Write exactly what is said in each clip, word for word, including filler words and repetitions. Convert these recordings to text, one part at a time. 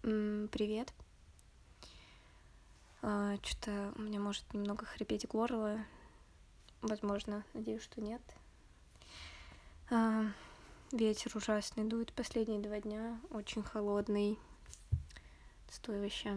М, Привет. А, Что-то у меня может немного хрипеть горло. Возможно, надеюсь, что нет. А, Ветер ужасный дует последние два дня. Очень холодный. Стой вообще.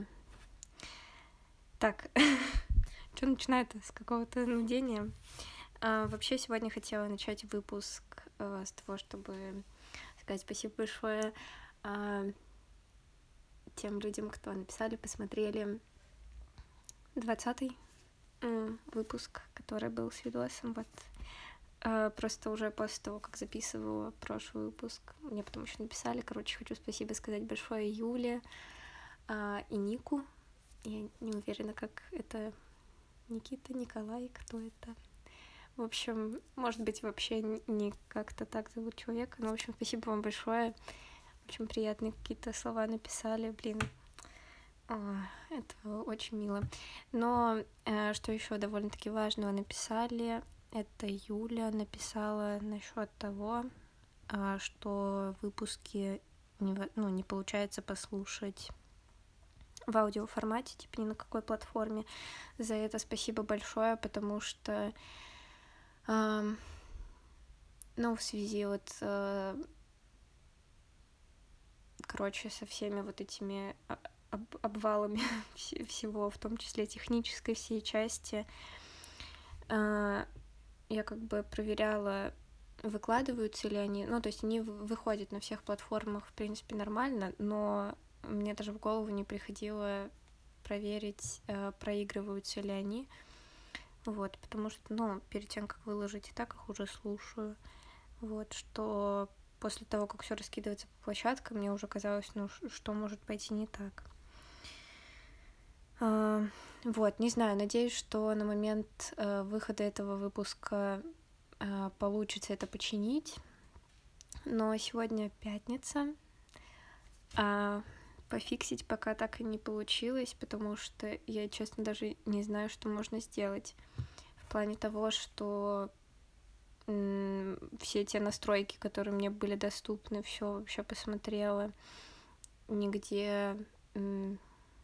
Так, что начинает с какого-то нудения? А, Вообще, сегодня хотела начать выпуск а, с того, чтобы сказать спасибо большое а, тем людям, кто написали, посмотрели двадцатый м, выпуск, который был с видосом. Вот. А, Просто уже после того, как записывала прошлый выпуск, мне потом еще написали. Короче, хочу спасибо сказать большое Юле а, и Нику. Я не уверена, как это Никита, Николай, кто это. В общем, может быть, вообще не как-то так зовут человека. Но, в общем, спасибо вам большое. Очень приятные какие-то слова написали. Блин, а, это очень мило. Но э, что еще довольно-таки важного написали, это Юля написала насчет того, а, что выпуски не, ну, не получается послушать в аудиоформате, типа ни на какой платформе. За это спасибо большое, потому что, э, ну, в связи вот, э, короче, со всеми вот этими об- обвалами всего, в том числе технической всей части, э, я как бы проверяла, выкладываются ли они, ну, то есть они выходят на всех платформах, в принципе, нормально, но мне даже в голову не приходило проверить, э, проигрываются ли они, вот, потому что, ну, перед тем, как выложить, и так их уже слушаю, вот, что после того, как все раскидывается по площадкам, мне уже казалось, ну, что может пойти не так. А, Вот, не знаю, надеюсь, что на момент э, выхода этого выпуска э, получится это починить. Но сегодня пятница, а пофиксить пока так и не получилось, потому что я, честно, даже не знаю, что можно сделать. В плане того, что м, все те настройки, которые мне были доступны, все вообще посмотрела. Нигде м,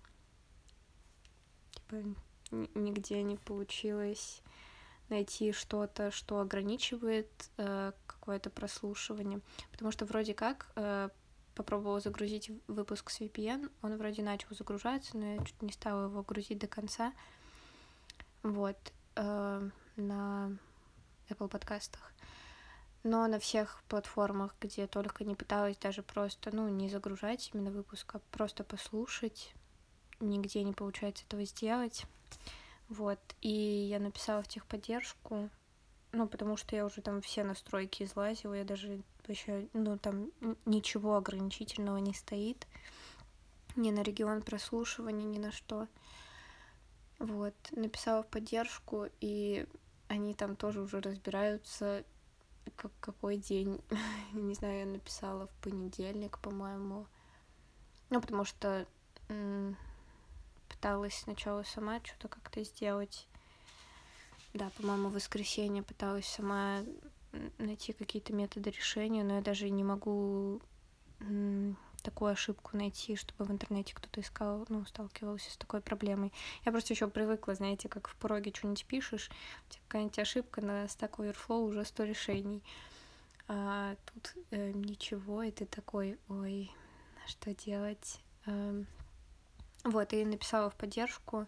типа, н- нигде не получилось найти что-то, что ограничивает э, какое-то прослушивание. Потому что вроде как э, попробовала загрузить выпуск с ви пи эн, он вроде начал загружаться, но я чуть не стала его грузить до конца. Вот. Э, на Apple подкастах. Но на всех платформах, где только не пыталась даже просто, ну, не загружать именно выпуск, а просто послушать, нигде не получается этого сделать. Вот. И я написала в техподдержку, ну, потому что я уже там все настройки излазила, я даже вообще, ну, там ничего ограничительного не стоит. Ни на регион прослушивания, ни на что. Вот. Написала в поддержку, и они там тоже уже разбираются, как, какой день. Не знаю, я написала в понедельник, по-моему. Ну, потому что м- пыталась сначала сама что-то как-то сделать. Да, по-моему, в воскресенье пыталась сама найти какие-то методы решения, но я даже не могу м, такую ошибку найти, чтобы в интернете кто-то искал, ну, сталкивался с такой проблемой. Я просто еще привыкла, знаете, как в пороге что-нибудь пишешь, у тебя какая-нибудь ошибка на Stack Overflow, уже сто решений. А тут э, ничего, и ты такой, ой, что делать? Эм, вот, и написала в поддержку,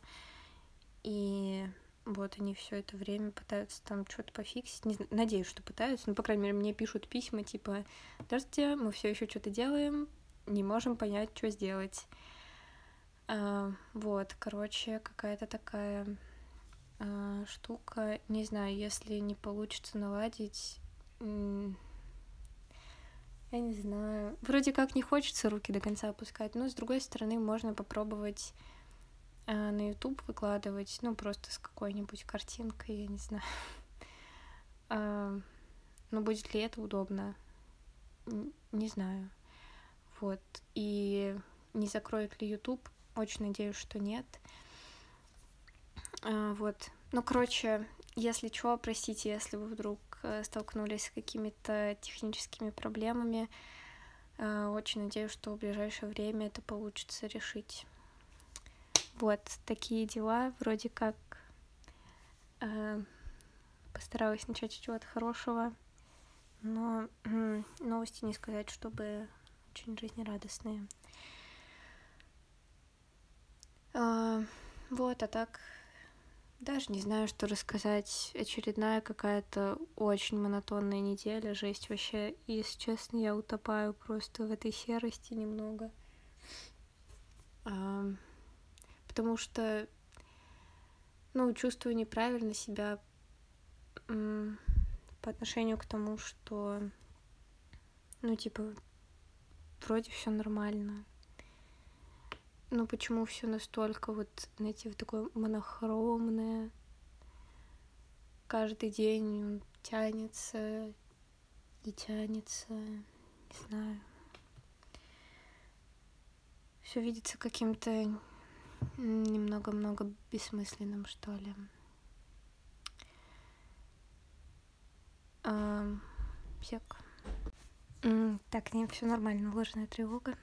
и вот они все это время пытаются там что-то пофиксить. Не знаю, надеюсь, что пытаются. Ну, по крайней мере, мне пишут письма типа: здравствуйте, мы все еще что-то делаем, не можем понять, что сделать. А, вот, короче, какая-то такая а, штука. Не знаю, если не получится наладить. М- я не знаю. Вроде как не хочется руки до конца опускать, но с другой стороны можно попробовать а, на YouTube выкладывать, ну, просто с какой-нибудь картинкой, я не знаю. А, но будет ли это удобно? Н- Не знаю. Вот. И не закроет ли YouTube? Очень надеюсь, что нет. А, вот. Ну, короче, если что, простите, если вы вдруг э, столкнулись с какими-то техническими проблемами. Очень надеюсь, что в ближайшее время это получится решить. Вот такие дела. Вроде как э, постаралась начать с чего-то хорошего, но э, новости не сказать, чтобы очень жизнерадостные. Э, вот, а так даже не знаю, что рассказать. Очередная какая-то очень монотонная неделя, жесть вообще. И, если честно, я утопаю просто в этой серости немного. А, потому что, ну, чувствую неправильно себя м, по отношению к тому, что, ну, типа, вроде все нормально. Ну, почему все настолько вот, знаете, вот такое монохромное? Каждый день он тянется и тянется, не знаю. Все видится каким-то немного-много бессмысленным, что ли. А, псек. Так, не, все нормально, ложная тревога.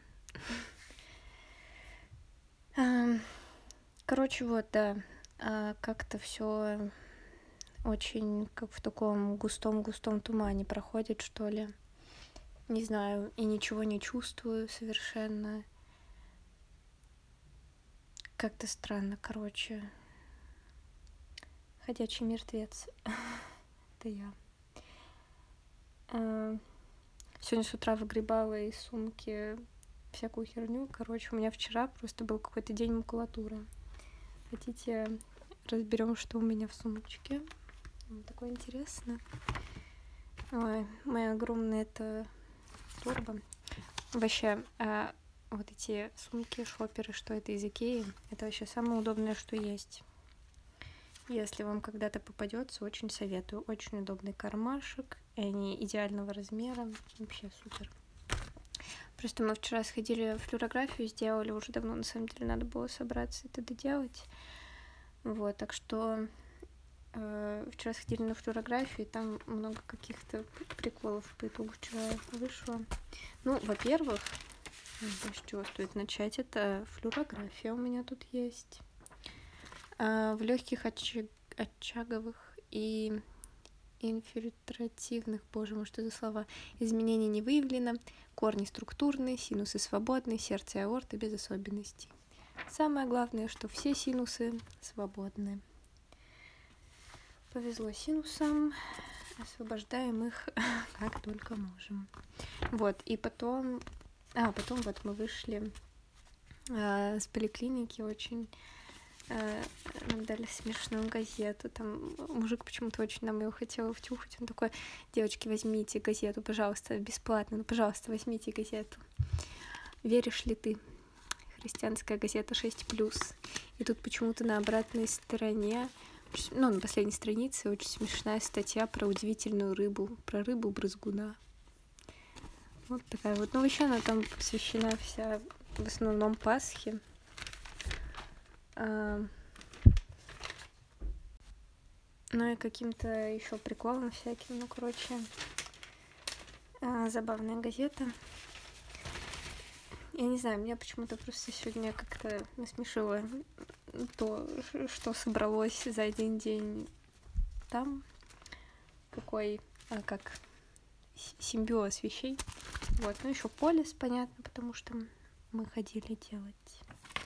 А, короче, вот, да, а, как-то все очень как в таком густом-густом тумане проходит, что ли. Не знаю, и ничего не чувствую совершенно. Как-то странно, короче. Ходячий мертвец. Это я. А, сегодня с утра выгребала из сумки всякую херню. Короче, у меня вчера просто был какой-то день макулатуры. Хотите, разберем, что у меня в сумочке? Такое интересно. Ой, моя огромная это торба. Вообще, а, вот эти сумки, шоперы, что это из Икеи, это вообще самое удобное, что есть. Если вам когда-то попадется, очень советую. Очень удобный кармашек, и они идеального размера. Вообще супер. Просто мы вчера сходили в флюорографию, сделали уже давно, на самом деле, надо было собраться это доделать. Вот, так что э, вчера сходили на флюорографию, и там много каких-то приколов по итогу вчера вышло. Ну, во-первых, с чего стоит начать, это флюорография у меня тут есть. А в легких очаг... очаговых и инфильтративных, боже мой, что за слова, изменений не выявлено, корни структурные, синусы свободны, сердце и аорта без особенностей. Самое главное, что все синусы свободны. Повезло синусам, освобождаем их как только можем. Вот, и потом, а, потом вот мы вышли э, с поликлиники, очень э, нам дали смешную газету, там мужик почему-то очень нам ее хотел втюхать, он такой: девочки, возьмите газету, пожалуйста, бесплатно, ну, пожалуйста, возьмите газету. Веришь ли ты? Христианская газета шесть плюс. И тут почему-то на обратной стороне, ну, на последней странице очень смешная статья про удивительную рыбу, про рыбу-брызгуна. Вот такая вот. Ну, вообще она там посвящена вся в основном Пасхе. А... Ну и каким-то еще приколом всяким. Ну, короче, а, забавная газета. Я не знаю, меня почему-то просто сегодня как-то насмешило то, что собралось за один день там. Какой, а, как симбиоз вещей. Вот, ну еще полис, понятно, потому что мы ходили делать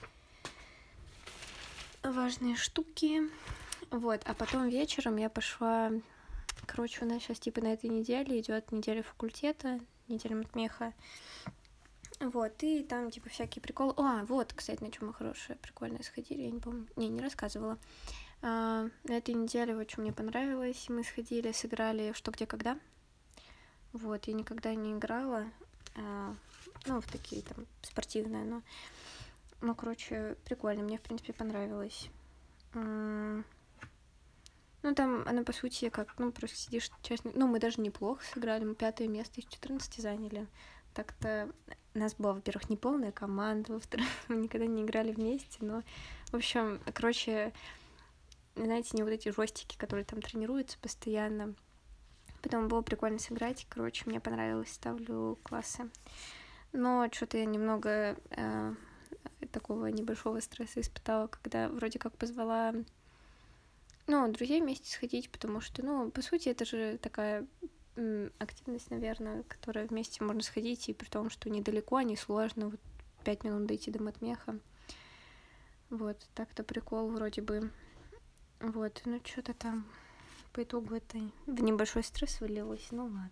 важные штуки. Вот, а потом вечером я пошла... Короче, у нас сейчас типа на этой неделе идет неделя факультета, неделя матмеха. Вот, и там, типа, всякие приколы. А, вот, кстати, на чем мы хорошее, прикольное сходили, я не помню. Не, не рассказывала. А, на этой неделе вот что мне понравилось. Мы сходили, сыграли «Что, где, когда». Вот, я никогда не играла. А, ну, в такие там спортивные, но... Ну, короче, прикольно, мне, в принципе, понравилось. Ну, там она, по сути, как, ну, просто сидишь, честно... Ну, мы даже неплохо сыграли, мы пятое место из четырнадцати заняли. Так-то у нас была, во-первых, не полная команда, во-вторых, мы никогда не играли вместе, но, в общем, короче, знаете, не вот эти жестики, которые там тренируются постоянно. Потом было прикольно сыграть, короче, мне понравилось, ставлю классы. Но что-то я немного э, такого небольшого стресса испытала, когда вроде как позвала, ну, друзей вместе сходить, потому что, ну, по сути, это же такая м, активность, наверное, которая вместе можно сходить, и при том, что недалеко, не сложно, вот пять минут дойти до Матмеха. Вот, так-то прикол вроде бы. Вот, ну что-то там по итогу это в небольшой стресс вылилось, ну ладно.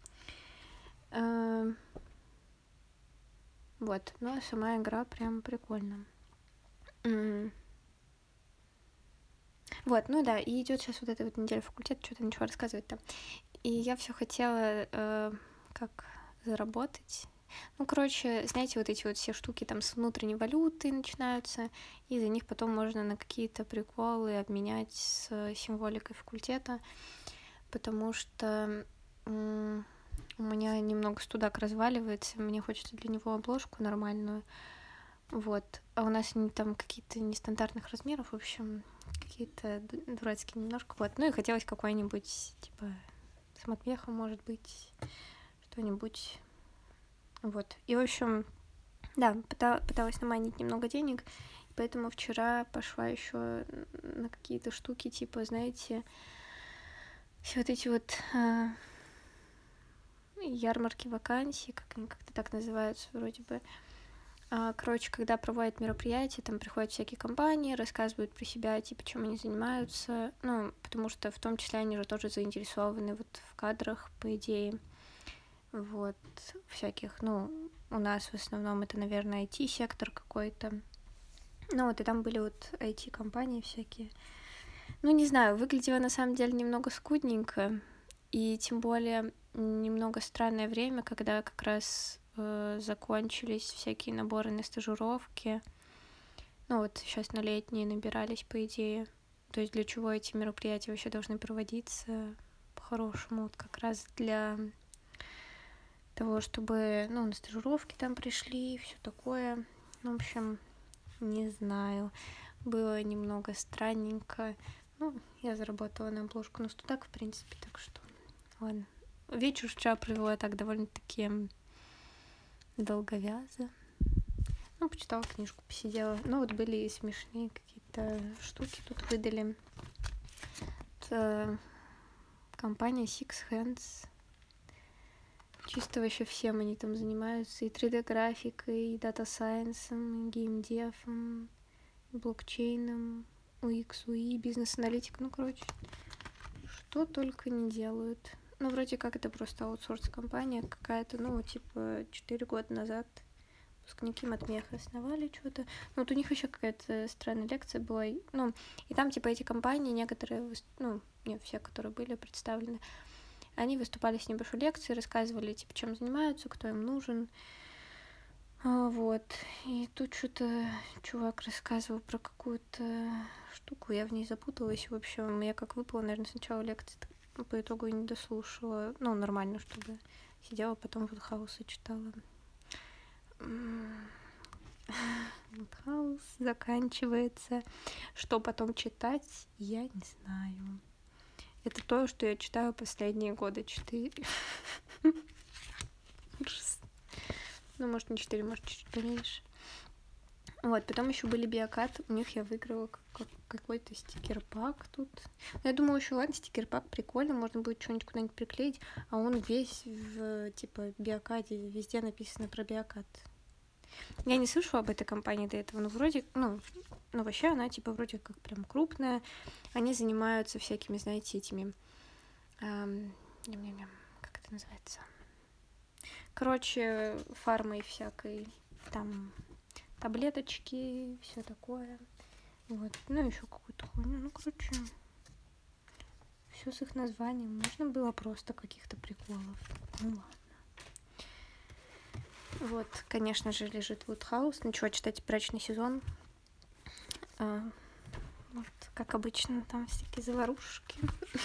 Эм, Вот, ну а сама игра прям прикольная. М. Вот, ну да, и идет сейчас вот эта вот неделя факультета, что-то ничего рассказывать там. И я все хотела э, как заработать. Ну, короче, знаете, вот эти вот все штуки там с внутренней валюты начинаются, и за них потом можно на какие-то приколы обменять с символикой факультета, потому что м, у меня немного студак разваливается, мне хочется для него обложку нормальную, вот, а у нас они там какие-то нестандартных размеров, в общем, какие-то ду- дурацкие немножко, вот, ну и хотелось какой-нибудь, типа, с Матвехом, может быть, что-нибудь, вот, и, в общем, да, пыта- пыталась наманить немного денег, и поэтому вчера пошла еще на какие-то штуки, типа, знаете, все вот эти вот а, ярмарки вакансий, как они как-то так называются, вроде бы. А, Короче, когда проводят мероприятия, там приходят всякие компании, рассказывают про себя, типа, чем они занимаются. Ну, потому что в том числе они же тоже заинтересованы вот в кадрах, по идее. Вот, всяких, ну, у нас в основном это, наверное, ай ти-сектор какой-то. Ну, вот, и там были вот ай ти-компании всякие. Ну, не знаю, выглядело на самом деле немного скудненько. И тем более немного странное время, когда как раз э, закончились всякие наборы на стажировки. Ну вот сейчас на летние набирались, по идее. То есть для чего эти мероприятия вообще должны проводиться по-хорошему? Вот как раз для того, чтобы, ну, на стажировки там пришли и все такое. Ну, в общем, не знаю. Было немного странненько. Ну, я заработала на обложку на студак, в принципе, так что ладно. Вечер вчера провела так довольно-таки долговязо. Ну, почитала книжку, посидела. Ну, вот были и смешные какие-то штуки тут выдали. Это компания Six Hands. Чисто вообще всем они там занимаются. И три дэ-графикой, и дата-сайенсом, и геймдевом, и блокчейном, ю экс, ю и, бизнес-аналитик. Ну, короче, что только не делают. Ну, вроде как это просто аутсорс-компания какая-то, ну, типа, четыре года назад выпускники Матмеха основали что-то. Ну, вот у них еще какая-то странная лекция была. Ну, и там, типа, эти компании, некоторые, ну, не все, которые были представлены, они выступали с небольшой лекцией, рассказывали, типа, чем занимаются, кто им нужен. А, вот. И тут что-то чувак рассказывал про какую-то штуку, я в ней запуталась. В общем, я как выпала, наверное, сначала лекции по итогу и не дослушала. Ну, нормально, чтобы сидела, потом Вудхауса читала. Вудхаус заканчивается. Что потом читать, я не знаю. Это то, что я читаю последние года четыре. Ну, может, не четыре, может, чуть поменьше. Вот, потом еще были биокат, у них я выиграла как- какой-то стикер-пак тут. Но я думала, еще ладно, стикер-пак прикольно, можно будет что-нибудь куда-нибудь приклеить, а он весь в, типа, биокаде, везде написано про биокат. Я не слышала об этой компании до этого, но вроде, ну, ну, вообще она, типа, вроде как прям крупная. Они занимаются всякими, знаете, этими, эм, ням-ням-ням, как это называется? Короче, фармой всякой, там, таблеточки, все такое. Вот, ну, еще какую-то хуйню. Ну, короче, все с их названием. Можно было просто каких-то приколов. Ну ладно. Вот, конечно же, лежит Вудхаус. Начала читать брачный сезон. А, вот, как обычно, там всякие заварушки.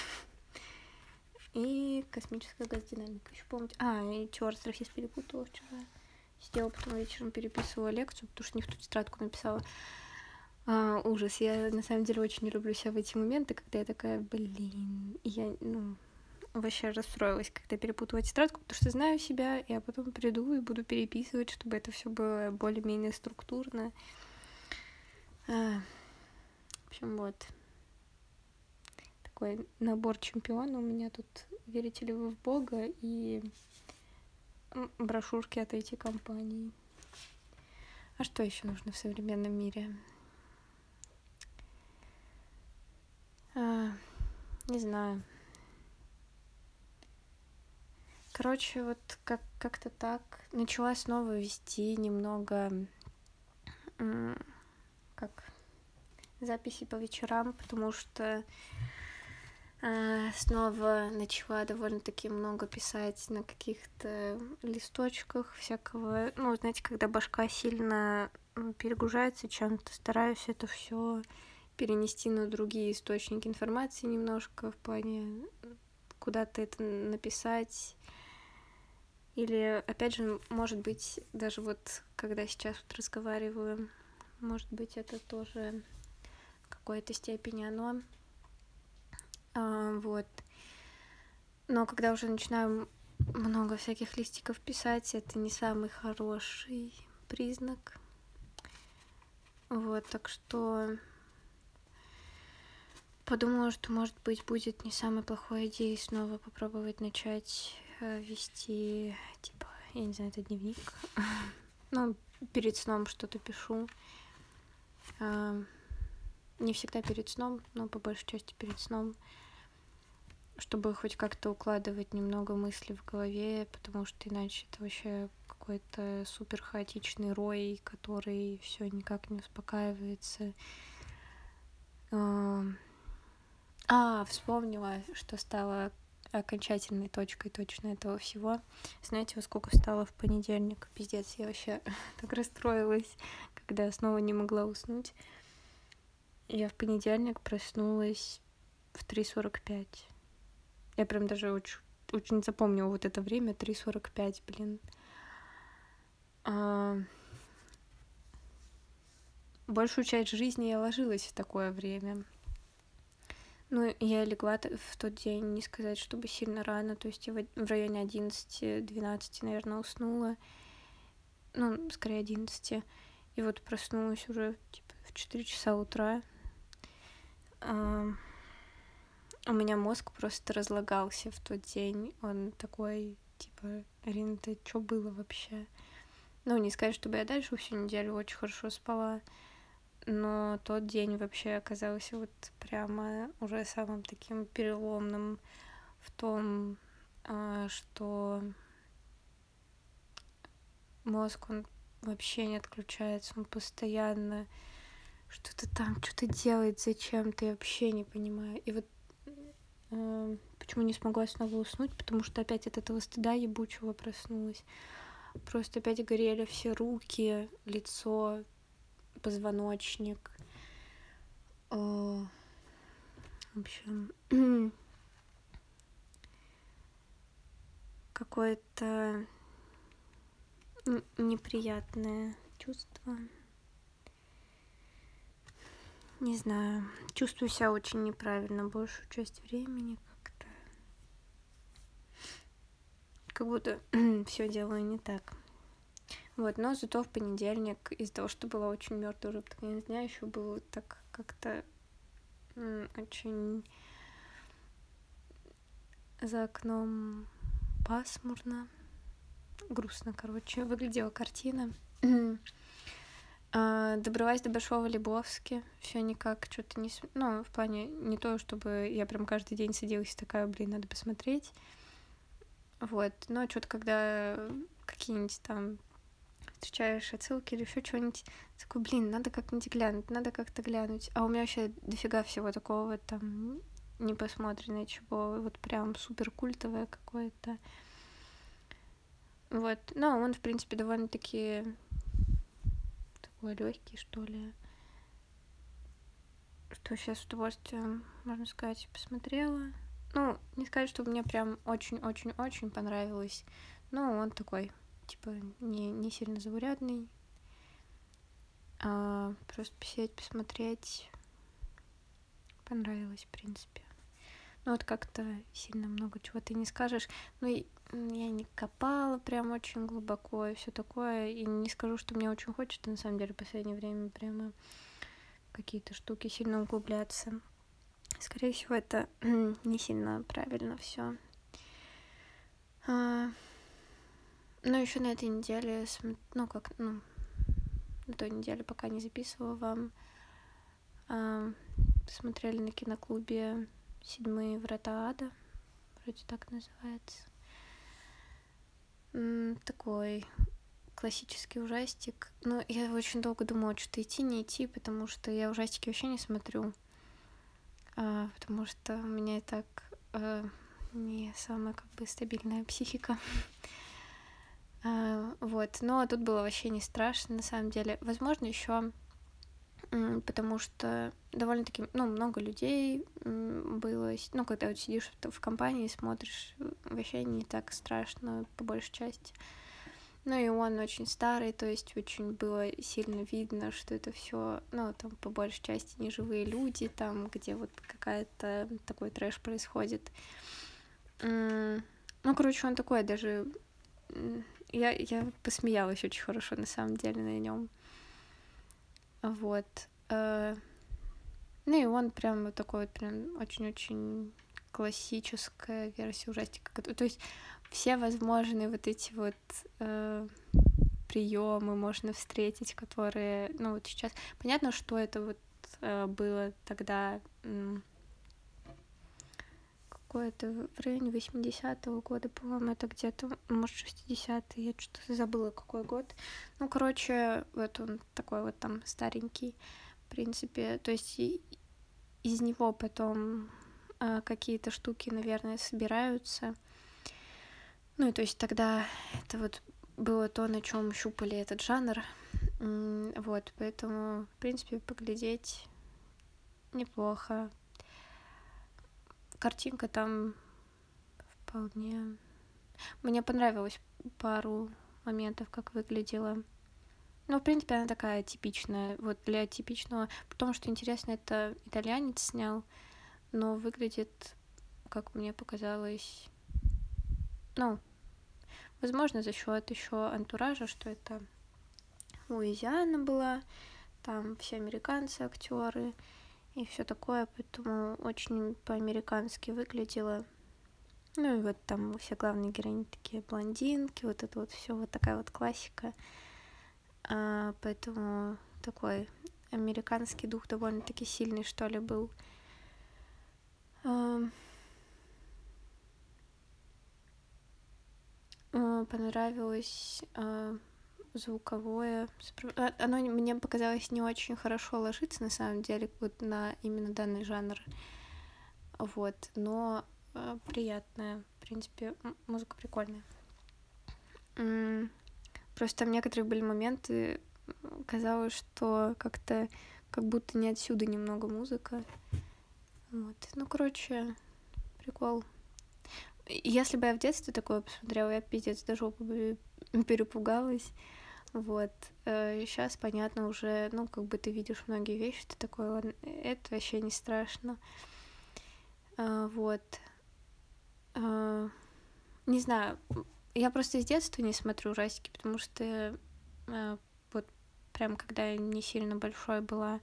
И космическая газодинамика. Еще помните. А, и теория страхис перепутала вчера. Сидела потом вечером, переписывала лекцию, потому что не в ту тетрадку написала. А, ужас. Я на самом деле очень не люблю себя в эти моменты, когда я такая, блин, я, ну, вообще расстроилась, когда перепутала тетрадку, потому что знаю себя, я потом приду и буду переписывать, чтобы это все было более-менее структурно. А, в общем, вот. Такой набор чемпиона у меня тут. Верите ли вы в Бога и брошюрки от ай ти-компаний. А что еще нужно в современном мире? А, не знаю. Короче, вот как- как-то так. Начала снова вести немного м, как записи по вечерам, потому что э, снова начала довольно-таки много писать на каких-то листочках всякого. Ну, знаете, когда башка сильно перегружается чем-то, стараюсь это все перенести на другие источники информации немножко в плане куда-то это написать. Или, опять же, может быть, даже вот когда сейчас вот разговариваю, может быть, это тоже в какой-то степени оно. А, вот. Но когда уже начинаю много всяких листиков писать, это не самый хороший признак. Вот, так что подумала, что, может быть, будет не самой плохой идеей снова попробовать начать э, вести, типа, я не знаю, это дневник. Ну, перед сном что-то пишу. А, не всегда перед сном, но по большей части перед сном, чтобы хоть как-то укладывать немного мыслей в голове, потому что иначе это вообще какой-то супер хаотичный рой, который все никак не успокаивается. А, а, вспомнила, что стало окончательной точкой точно этого всего. Знаете, во сколько встала в понедельник? Пиздец, я вообще так расстроилась, когда я снова не могла уснуть. Я в понедельник проснулась в три сорок пять. Я прям даже очень, очень запомнила вот это время, три сорок пять, блин. А... Большую часть жизни я ложилась в такое время. Ну, я легла в тот день, не сказать, чтобы сильно рано, то есть я в районе одиннадцати-двенадцати, наверное, уснула. Ну, скорее одиннадцати. И вот проснулась уже типа в четыре часа утра. А... У меня мозг просто разлагался в тот день. Он такой, типа, Арина, ты что было вообще? Ну, не сказать, чтобы я дальше всю неделю очень хорошо спала, но тот день вообще оказался вот прямо уже самым таким переломным в том, что мозг, он вообще не отключается, он постоянно что-то там, что-то делает зачем-то, я вообще не понимаю. И вот э, почему не смогла снова уснуть, потому что опять от этого стыда ебучего проснулась. Просто опять горели все руки, лицо, позвоночник. О, в общем, какое-то неприятное чувство. Не знаю, чувствую себя очень неправильно большую часть времени как-то. Как будто все делаю не так. Вот, но зато в понедельник из-за того, что была очень мёртвая уже под конец дня, еще было так как-то м, очень за окном пасмурно, грустно, короче, выглядела картина. А, добралась до Большого Лебовски, все никак что-то не... Ну, в плане не то, чтобы я прям каждый день садилась такая, блин, надо посмотреть. Вот, но что-то когда какие-нибудь там встречаешь отсылки или еще что-нибудь, такой, блин, надо как-нибудь глянуть, надо как-то глянуть. А у меня вообще дофига всего такого там не посмотрено, чего вот прям супер культовое какое-то. Вот, но он, в принципе, довольно-таки такой легкий, что ли. Что сейчас с удовольствием, можно сказать, посмотрела. Ну, не сказать, что мне прям очень-очень-очень понравилось, но он такой, типа, не, не сильно заурядный. А, просто посидеть, посмотреть. Понравилось, в принципе. Ну вот как-то сильно много чего ты не скажешь. Ну и я не копала прям очень глубоко и все такое. И не скажу, что мне очень хочется, на самом деле, в последнее время прямо какие-то штуки сильно углубляться. Скорее всего, это не сильно правильно все. А, ну, еще на этой неделе, ну, как, ну, на той неделе, пока не записывала вам, а, смотрели на киноклубе «Седьмые врата ада», вроде так называется. М, такой классический ужастик. Ну, я очень долго думала, что идти, не идти, потому что я ужастики вообще не смотрю. А, потому что у меня и так а, не самая как бы стабильная психика. а, вот. Но тут было вообще не страшно, на самом деле. Возможно, еще потому что довольно-таки, ну, много людей было. Ну, когда вот сидишь в компании и смотришь, вообще не так страшно, по большей части. Ну и он очень старый, то есть очень было сильно видно, что это все, ну, там, по большей части неживые люди, там, где вот какая-то такой трэш происходит. Ну, короче, он такой даже... Я, я посмеялась очень хорошо, на самом деле, на нем. Вот. Ну и он прям такой вот прям очень-очень классическая версия ужастика. То есть все возможные вот эти вот э, приемы можно встретить, которые, ну вот сейчас... Понятно, что это вот э, было тогда... М- какое-то в районе восьмидесятого года, по-моему, это где-то, может, шестидесятый, я что-то забыла, какой год. Ну, короче, вот он такой вот там старенький, в принципе. То есть и, из него потом э, какие-то штуки, наверное, собираются. Ну, и то есть тогда это вот было то, на чем щупали этот жанр. Вот, поэтому, в принципе, поглядеть неплохо. Картинка там вполне... Мне понравилось пару моментов, как выглядела. Ну, в принципе, она такая типичная, вот для типичного... Потому что, интересно, это итальянец снял, но выглядит, как мне показалось... Ну, возможно, за счет еще антуража, что это Луизиана была, там все американцы, актеры и все такое, поэтому очень по-американски выглядело. Ну и вот там все главные героини такие блондинки, вот это вот все, вот такая вот классика. А, поэтому такой американский дух довольно-таки сильный, что ли, был. А, понравилось а, звуковое. Оно мне показалось не очень хорошо ложится, на самом деле, вот на именно данный жанр. Вот, но э, приятная. В принципе, музыка прикольная. М-м- просто там некоторые были моменты, казалось, что как-то как будто не отсюда немного музыка. Вот. Ну, короче, прикол. Если бы я в детстве такое посмотрела, я пиздец до жопы бы перепугалась. Вот. Сейчас, понятно, уже, ну, как бы ты видишь многие вещи, ты такой, ладно, это вообще не страшно. А, вот. А, не знаю, я просто с детства не смотрю ужастики, потому что а, вот прям когда я не сильно большой была,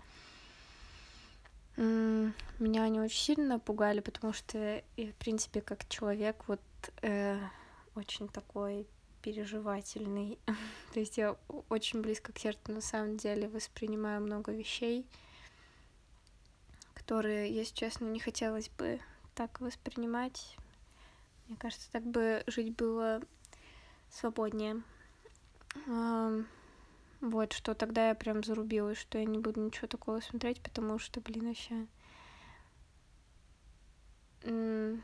м- меня они очень сильно пугали, потому что я, в принципе, как человек вот э, очень такой переживательный. То есть я очень близко к сердцу на самом деле воспринимаю много вещей, которые, если честно, не хотелось бы так воспринимать. Мне кажется, так бы жить было свободнее. Вот, что тогда я прям зарубилась, что я не буду ничего такого смотреть, потому что, блин, вообще... М-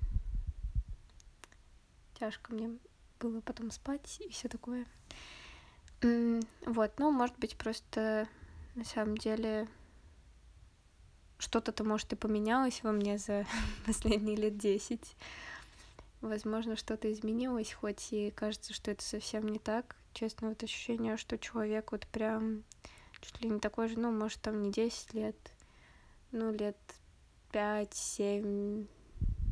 тяжко мне было потом спать и все такое. М- вот, ну, может быть, просто на самом деле что-то-то, может, и поменялось во мне за последние лет десять. Возможно, что-то изменилось, хоть и кажется, что это совсем не так. Честно, вот ощущение, что человек вот прям чуть ли не такой же, ну, может, там не десять лет, ну, лет пять-семь,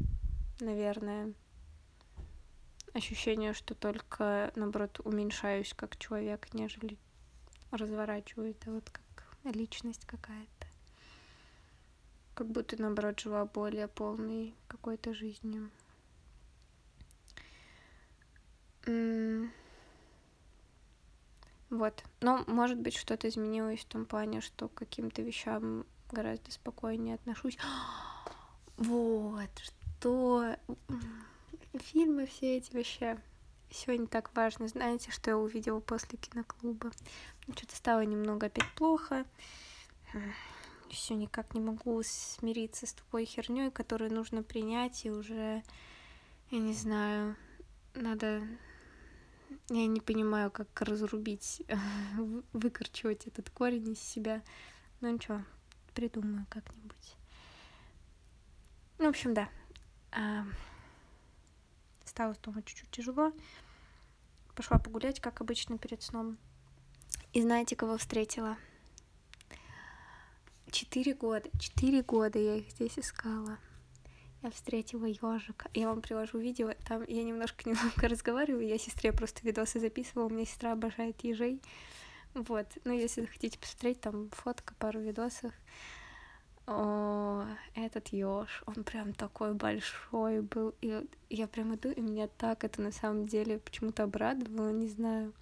наверное. Ощущение, что только, наоборот, уменьшаюсь как человек, нежели разворачиваю это вот как личность какая-то. Как будто, наоборот, жила более полной какой-то жизнью. М- Вот. Но, может быть, что-то изменилось в том плане, что к каким-то вещам гораздо спокойнее отношусь. Вот, что... Фильмы все эти вообще... Сегодня так важно. Знаете, что я увидела после киноклуба? Мне что-то стало немного опять плохо. Все никак не могу смириться с такой херней, которую нужно принять, и уже, я не знаю, надо... Я не понимаю, как разрубить, выкорчевать этот корень из себя. Ну ничего, придумаю как-нибудь. Ну, в общем, да. Стало дома чуть-чуть тяжело. Пошла погулять, как обычно, перед сном. И знаете, кого встретила? Четыре года. Четыре года я их здесь искала. Я встретила ежика. Я вам приложу видео. Там я немножко немного разговариваю. Я сестре просто видосы записывала. У меня сестра обожает ежей. Вот. Ну, если хотите посмотреть, там фотка, пару видосов. О, этот еж, он прям такой большой был. И я прям иду, и меня так это на самом деле почему-то обрадовало, не знаю.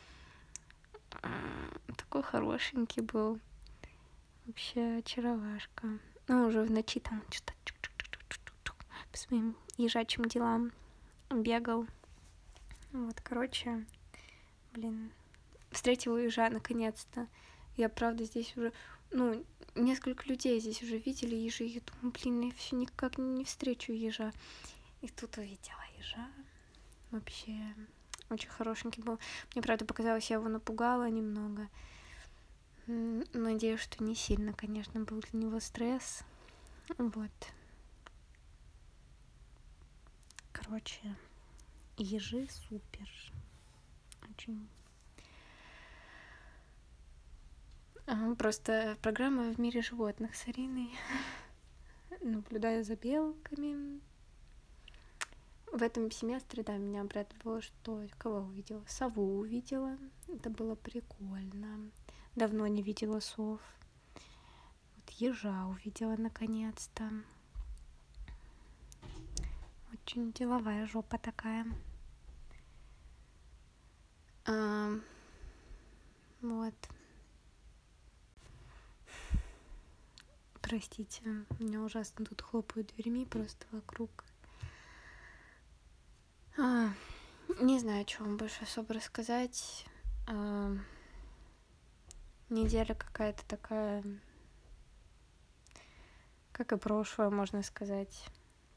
Такой хорошенький был. Вообще очаровашка. Ну, уже в ночи там что-то по своим ежачьим делам бегал. Вот, короче, блин, встретила ежа наконец-то. Я, правда, здесь уже, ну, несколько людей здесь уже видели ежи. Я думаю, блин, я все никак не встречу ежа. И тут увидела ежа. Вообще, очень хорошенький был. Мне, правда, показалось, я его напугала немного. Надеюсь, что не сильно, конечно, был для него стресс. Вот. Короче, ежи супер. Очень. Ага, просто программа «В мире животных» с Ариной. Наблюдаю за белками. В этом семестре, да, меня обрадовало, что кого увидела? Сову увидела. Это было прикольно. Давно не видела сов. Вот ежа увидела наконец-то. Очень деловая жопа такая. А, вот. Простите, меня ужасно тут хлопают дверьми просто вокруг. А, не знаю, что вам больше особо рассказать. А, неделя какая-то такая, как и прошлое, можно сказать.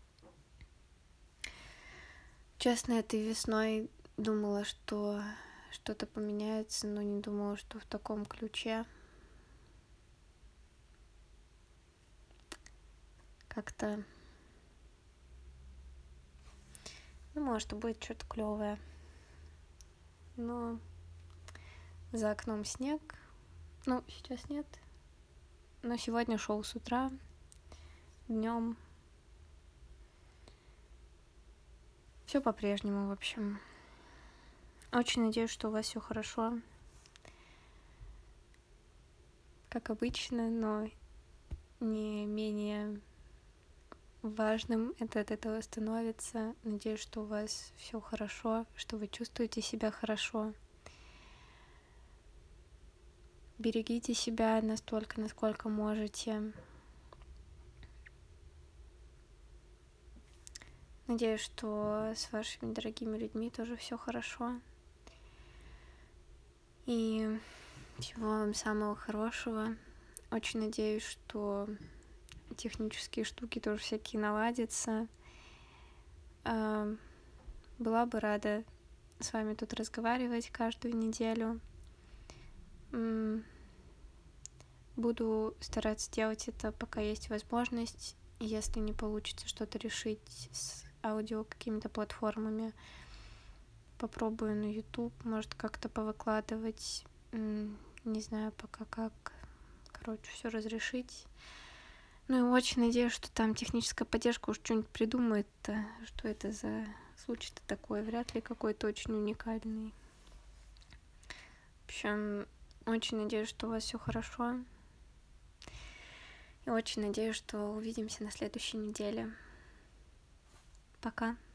Честно, этой весной думала, что что-то поменяется, но не думала, что в таком ключе. Как-то думала, что будет что-то клевое. Но за окном снег. Ну, сейчас нет. Но сегодня шел с утра, днем. Все по-прежнему, в общем. Очень надеюсь, что у вас все хорошо. Как обычно, но не менее важным это от этого становится. Надеюсь, что у вас все хорошо, что вы чувствуете себя хорошо. Берегите себя настолько, насколько можете. Надеюсь, что с вашими дорогими людьми тоже все хорошо. И всего вам самого хорошего. Очень надеюсь, что технические штуки тоже всякие наладятся. Была бы рада с вами тут разговаривать каждую неделю. Буду стараться делать это, пока есть возможность. Если не получится что-то решить с аудио какими-то платформами, попробую на YouTube, может, как-то повыкладывать. Не знаю пока как. Короче, все разрешить. Ну и очень надеюсь, что там техническая поддержка уж что-нибудь придумает, что это за случай-то такой, вряд ли какой-то очень уникальный. В общем, очень надеюсь, что у вас все хорошо. И очень надеюсь, что увидимся на следующей неделе. Пока.